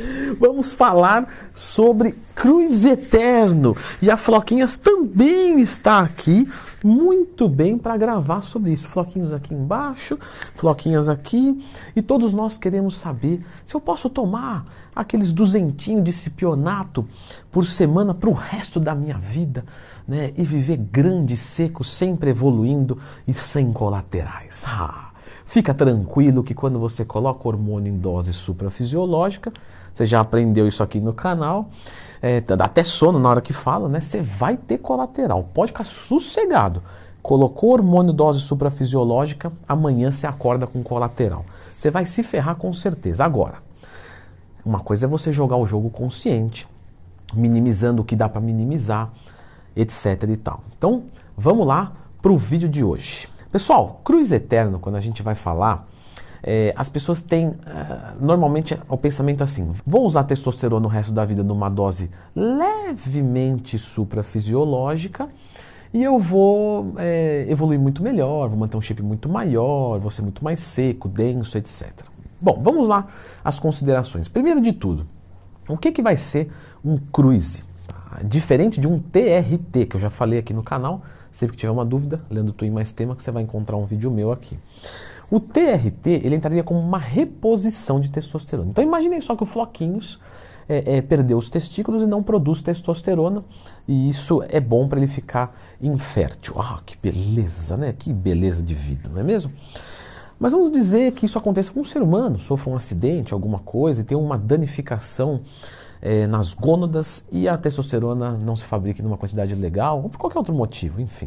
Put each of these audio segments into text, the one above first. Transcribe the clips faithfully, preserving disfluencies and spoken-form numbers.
Vamos falar sobre Cruz Eterno. E a Floquinhas também está aqui, muito bem, para gravar sobre isso. Floquinhos aqui embaixo, Floquinhas aqui. E todos nós queremos saber se eu posso tomar aqueles duzentinhos de cipionato por semana para o resto da minha vida, né? E viver grande, seco, sempre evoluindo e sem colaterais. Ah, fica tranquilo que quando você coloca hormônio em dose suprafisiológica, você já aprendeu isso aqui no canal, é, dá até sono na hora que fala, né? Você vai ter colateral, pode ficar sossegado. Colocou hormônio dose suprafisiológica, amanhã você acorda com colateral. Você vai se ferrar com certeza. Agora, uma coisa é você jogar o jogo consciente, minimizando o que dá para minimizar, etc e tal. Então, vamos lá para o vídeo de hoje. Pessoal, Cruz Eterno, quando a gente vai falar, é, as pessoas têm, uh, normalmente, o pensamento assim: vou usar testosterona o resto da vida numa dose levemente suprafisiológica e eu vou é, evoluir muito melhor, vou manter um shape muito maior, vou ser muito mais seco, denso, etcétera. Bom, vamos lá às considerações. Primeiro de tudo, o que, que vai ser um cruise? Diferente de um T R T, que eu já falei aqui no canal. Sempre que tiver uma dúvida, lendo Twin Mais Tema, que você vai encontrar um vídeo meu aqui. O T R T, ele entraria como uma reposição de testosterona. Então imaginem só que o Floquinhos é, é, perdeu os testículos e não produz testosterona, e isso é bom para ele ficar infértil. Ah, que beleza, né? Que beleza de vida, não é mesmo? Mas vamos dizer que isso aconteça com um ser humano, sofra um acidente, alguma coisa, e tenha uma danificação É, nas gônadas e a testosterona não se fabrique numa quantidade legal, ou por qualquer outro motivo, enfim.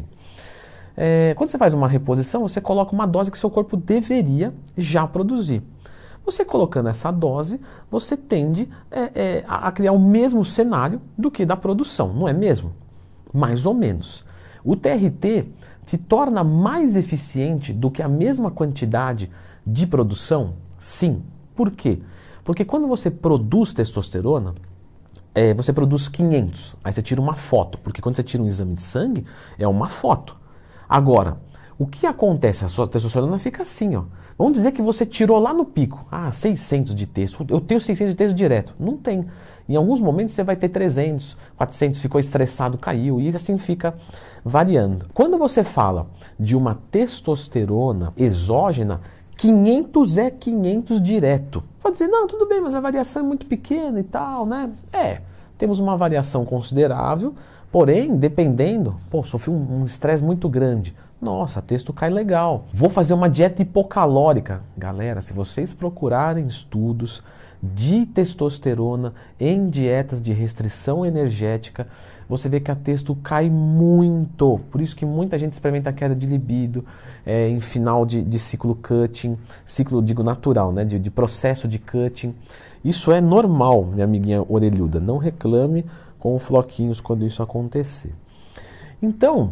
É, quando você faz uma reposição, você coloca uma dose que seu corpo deveria já produzir. Você colocando essa dose, você tende é, é, a criar o mesmo cenário do que da produção, não é mesmo? Mais ou menos. O T R T te torna mais eficiente do que a mesma quantidade de produção? Sim. Por quê? Porque quando você produz testosterona, é, você produz quinhentos, aí você tira uma foto, porque quando você tira um exame de sangue, é uma foto. Agora, o que acontece? A sua testosterona fica assim, ó. Vamos dizer que você tirou lá no pico, ah, seiscentos de testo, eu tenho seiscentos de testo direto. Não tem. Em alguns momentos você vai ter trezentos, quatrocentos, ficou estressado, caiu, e assim fica variando. Quando você fala de uma testosterona exógena, quinhentos é quinhentos direto. Pode dizer, não, tudo bem, mas a variação é muito pequena e tal, né? É, temos uma variação considerável, porém, dependendo, pô, sofri um estresse um muito grande. Nossa, texto cai legal. Vou fazer uma dieta hipocalórica. Galera, se vocês procurarem estudos de testosterona em dietas de restrição energética, você vê que a testo cai muito. Por isso que muita gente experimenta a queda de libido é, em final de, de ciclo cutting, ciclo, digo, natural, né, de, de processo de cutting. Isso é normal, minha amiguinha orelhuda. Não reclame com Floquinhos quando isso acontecer. Então,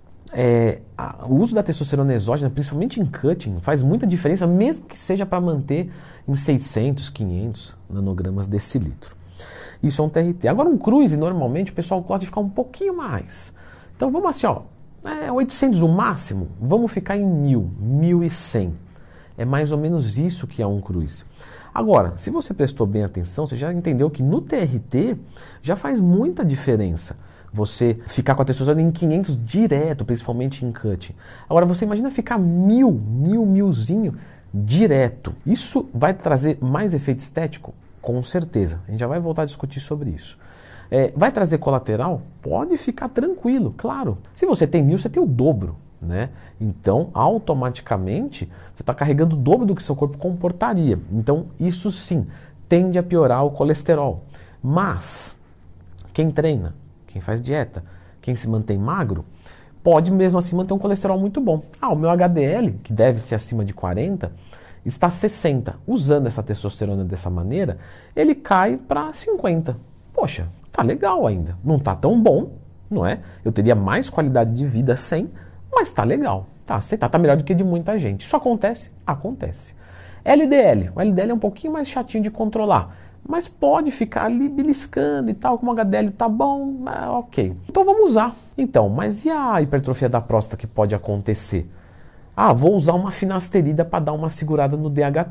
é, a, o uso da testosterona exógena, principalmente em cutting, faz muita diferença, mesmo que seja para manter em seiscentos, quinhentos nanogramas decilitro. Isso é um T R T. Agora um cruise, normalmente, o pessoal gosta de ficar um pouquinho mais. Então vamos assim, ó, é oitocentos o máximo, vamos ficar em mil, mil e cem. É mais ou menos isso que é um cruise. Agora, se você prestou bem atenção, você já entendeu que no T R T já faz muita diferença você ficar com a testosterona em quinhentos direto, principalmente em cutting. Agora você imagina ficar mil, mil, milzinho direto. Isso vai trazer mais efeito estético? Com certeza. A gente já vai voltar a discutir sobre isso. É, vai trazer colateral? Pode ficar tranquilo, claro. Se você tem mil, você tem o dobro, né? Então, automaticamente, você está carregando o dobro do que seu corpo comportaria. Então, isso sim, tende a piorar o colesterol. Mas, quem treina, quem faz dieta, quem se mantém magro, pode mesmo assim manter um colesterol muito bom. Ah, o meu H D L, que deve ser acima de quarenta, está sessenta. Usando essa testosterona dessa maneira, ele cai para cinquenta. Poxa, tá legal ainda. Não tá tão bom, não é? Eu teria mais qualidade de vida sem, mas tá legal. Tá, tá, tá melhor do que de muita gente. Isso acontece? Acontece. L D L. O L D L é um pouquinho mais chatinho de controlar, mas pode ficar ali beliscando e tal, como o H D L tá bom, é, ok. Então vamos usar. Então, mas e a hipertrofia da próstata que pode acontecer? Ah, vou usar uma finasterida para dar uma segurada no D H T.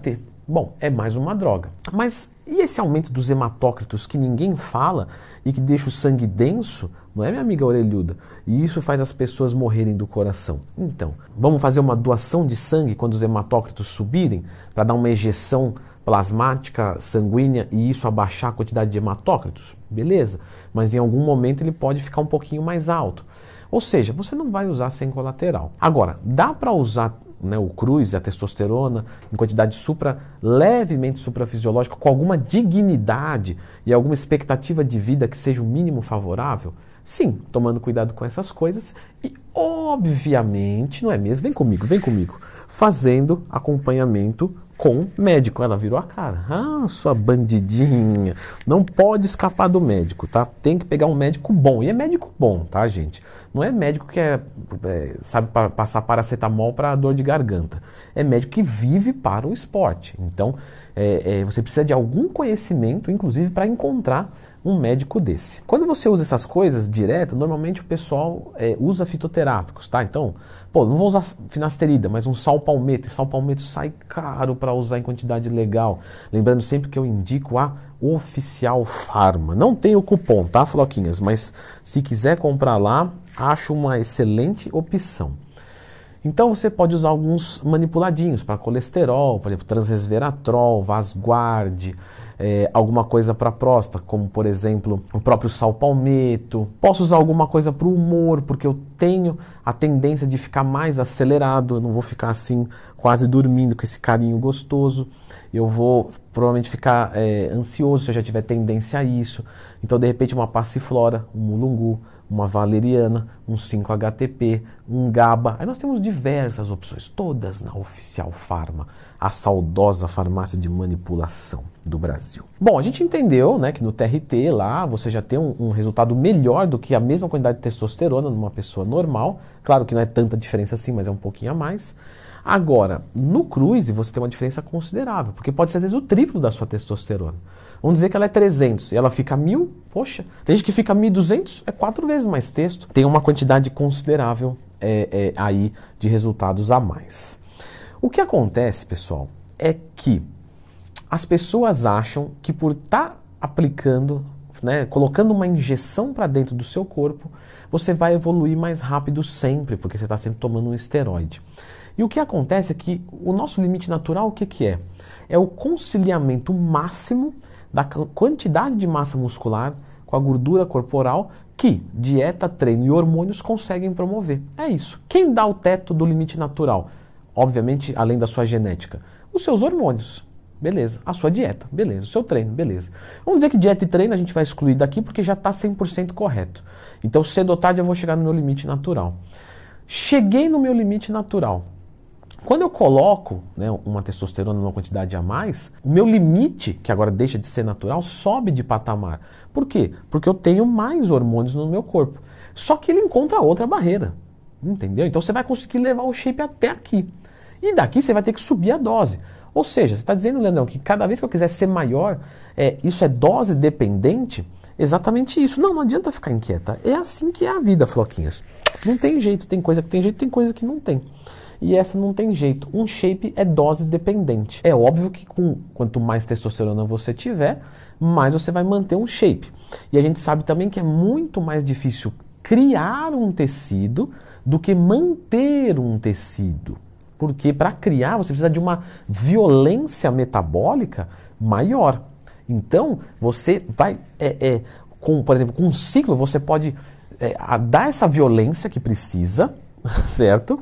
Bom, é mais uma droga. Mas e esse aumento dos hematócritos que ninguém fala e que deixa o sangue denso, não é, minha amiga orelhuda? E isso faz as pessoas morrerem do coração. Então, vamos fazer uma doação de sangue quando os hematócritos subirem, para dar uma ejeção plasmática sanguínea e isso abaixar a quantidade de hematócritos? Beleza, mas em algum momento ele pode ficar um pouquinho mais alto. Ou seja, você não vai usar sem colateral. Agora, dá para usar, né, o Cruz, a testosterona, em quantidade supra, levemente suprafisiológica, com alguma dignidade e alguma expectativa de vida que seja o mínimo favorável? Sim, tomando cuidado com essas coisas e, obviamente, não é mesmo? Vem comigo, vem comigo. Fazendo acompanhamento com médico. Ela virou a cara. Ah, sua bandidinha. Não pode escapar do médico, tá? Tem que pegar um médico bom. E é médico bom, tá, gente? Não é médico que é, é, sabe pa- passar paracetamol para dor de garganta. É médico que vive para o esporte. Então, é, é, você precisa de algum conhecimento, inclusive, para encontrar um médico desse. Quando você usa essas coisas direto, normalmente o pessoal é, usa fitoterápicos, tá? Então, pô, não vou usar finasterida, mas um sal palmeto. E sal palmeto sai caro para usar em quantidade legal. Lembrando sempre que eu indico a Oficial Pharma. Não tem o cupom, tá, Floquinhas? Mas se quiser comprar lá, acho uma excelente opção. Então você pode usar alguns manipuladinhos para colesterol, por exemplo, transresveratrol, Vasguard, é, alguma coisa para próstata, como por exemplo o próprio sal palmeto. Posso usar alguma coisa para o humor, porque eu tenho a tendência de ficar mais acelerado, eu não vou ficar assim quase dormindo com esse carinho gostoso. Eu vou provavelmente ficar é, ansioso se eu já tiver tendência a isso. Então, de repente, uma passiflora, um mulungu, uma valeriana, um cinco H T P, um GABA. Aí nós temos diversas opções, todas na Oficial Pharma, a saudosa farmácia de manipulação do Brasil. Bom, a gente entendeu, né, que no T R T lá você já tem um, um resultado melhor do que a mesma quantidade de testosterona numa pessoa normal. Claro que não é tanta diferença assim, mas é um pouquinho a mais. Agora, no Cruise você tem uma diferença considerável, porque pode ser às vezes o triplo da sua testosterona. Vamos dizer que ela é trezentos e ela fica mil, poxa, tem gente que fica mil e duzentos, é quatro vezes mais testo. Tem uma quantidade considerável é, é, aí de resultados a mais. O que acontece, pessoal, é que as pessoas acham que por estar tá aplicando, né, colocando uma injeção para dentro do seu corpo, você vai evoluir mais rápido sempre, porque você está sempre tomando um esteroide. E o que acontece é que o nosso limite natural, o que, que é? É o conciliamento máximo da quantidade de massa muscular com a gordura corporal que dieta, treino e hormônios conseguem promover. É isso. Quem dá o teto do limite natural? Obviamente, além da sua genética, os seus hormônios. Beleza. A sua dieta. Beleza. O seu treino. Beleza. Vamos dizer que dieta e treino a gente vai excluir daqui porque já está cem por cento correto. Então, cedo ou tarde eu vou chegar no meu limite natural. Cheguei no meu limite natural. Quando eu coloco, né, uma testosterona numa quantidade a mais, o meu limite, que agora deixa de ser natural, sobe de patamar. Por quê? Porque eu tenho mais hormônios no meu corpo. Só que ele encontra outra barreira. Entendeu? Então você vai conseguir levar o shape até aqui. E daqui você vai ter que subir a dose. Ou seja, você está dizendo, Leandrão, que cada vez que eu quiser ser maior, é, isso é dose dependente? Exatamente isso. Não, não adianta ficar inquieta. É assim que é a vida, Floquinhas. Não tem jeito. Tem coisa que tem jeito, tem coisa que não tem. E essa não tem jeito. Um shape é dose dependente. É óbvio que com, quanto mais testosterona você tiver, mais você vai manter um shape. E a gente sabe também que é muito mais difícil criar um tecido do que manter um tecido. Porque para criar você precisa de uma violência metabólica maior. Então, você vai, é, é, com, por exemplo, com um ciclo, você pode é, dar essa violência que precisa, certo?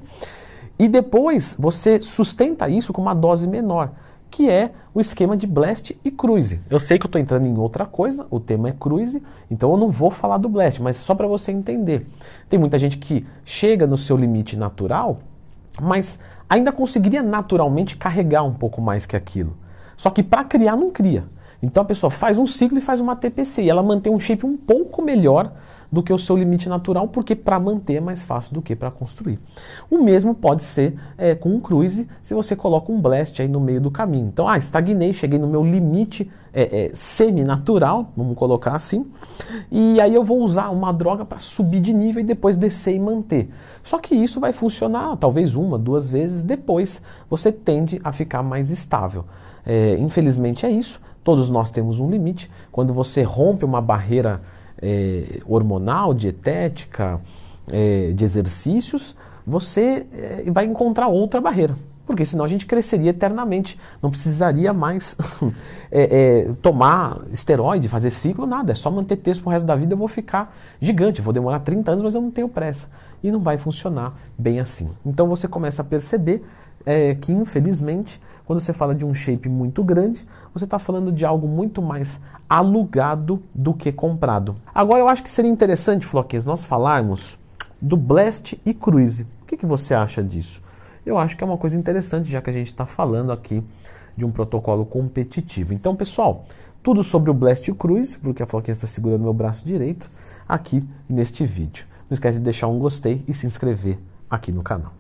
E depois você sustenta isso com uma dose menor, que é o esquema de Blast e Cruise. Eu sei que eu estou entrando em outra coisa, o tema é Cruise, então eu não vou falar do Blast, mas só para você entender. Tem muita gente que chega no seu limite natural, mas ainda conseguiria naturalmente carregar um pouco mais que aquilo. Só que para criar não cria. Então a pessoa faz um ciclo e faz uma T P C, e ela mantém um shape um pouco melhor do que o seu limite natural, porque para manter é mais fácil do que para construir. O mesmo pode ser é, com um Cruise, se você coloca um Blast aí no meio do caminho. Então, ah, estagnei, cheguei no meu limite é, é, semi-natural, vamos colocar assim, e aí eu vou usar uma droga para subir de nível e depois descer e manter. Só que isso vai funcionar talvez uma, duas vezes, depois você tende a ficar mais estável. É, infelizmente é isso, todos nós temos um limite. Quando você rompe uma barreira é, hormonal, dietética, é, de exercícios, você é, vai encontrar outra barreira. Porque senão a gente cresceria eternamente, não precisaria mais é, é, tomar esteroide, fazer ciclo, nada. É só manter texto pro resto da vida, eu vou ficar gigante, eu vou demorar trinta anos, mas eu não tenho pressa. E não vai funcionar bem assim. Então você começa a perceber é, que, infelizmente, quando você fala de um shape muito grande, você está falando de algo muito mais alugado do que comprado. Agora eu acho que seria interessante, Floquinhas, nós falarmos do Blast e Cruise. O que, que você acha disso? Eu acho que é uma coisa interessante, já que a gente está falando aqui de um protocolo competitivo. Então, pessoal, tudo sobre o Blast Cruise, porque a Floquinha está segurando meu braço direito, aqui neste vídeo. Não esquece de deixar um gostei e se inscrever aqui no canal.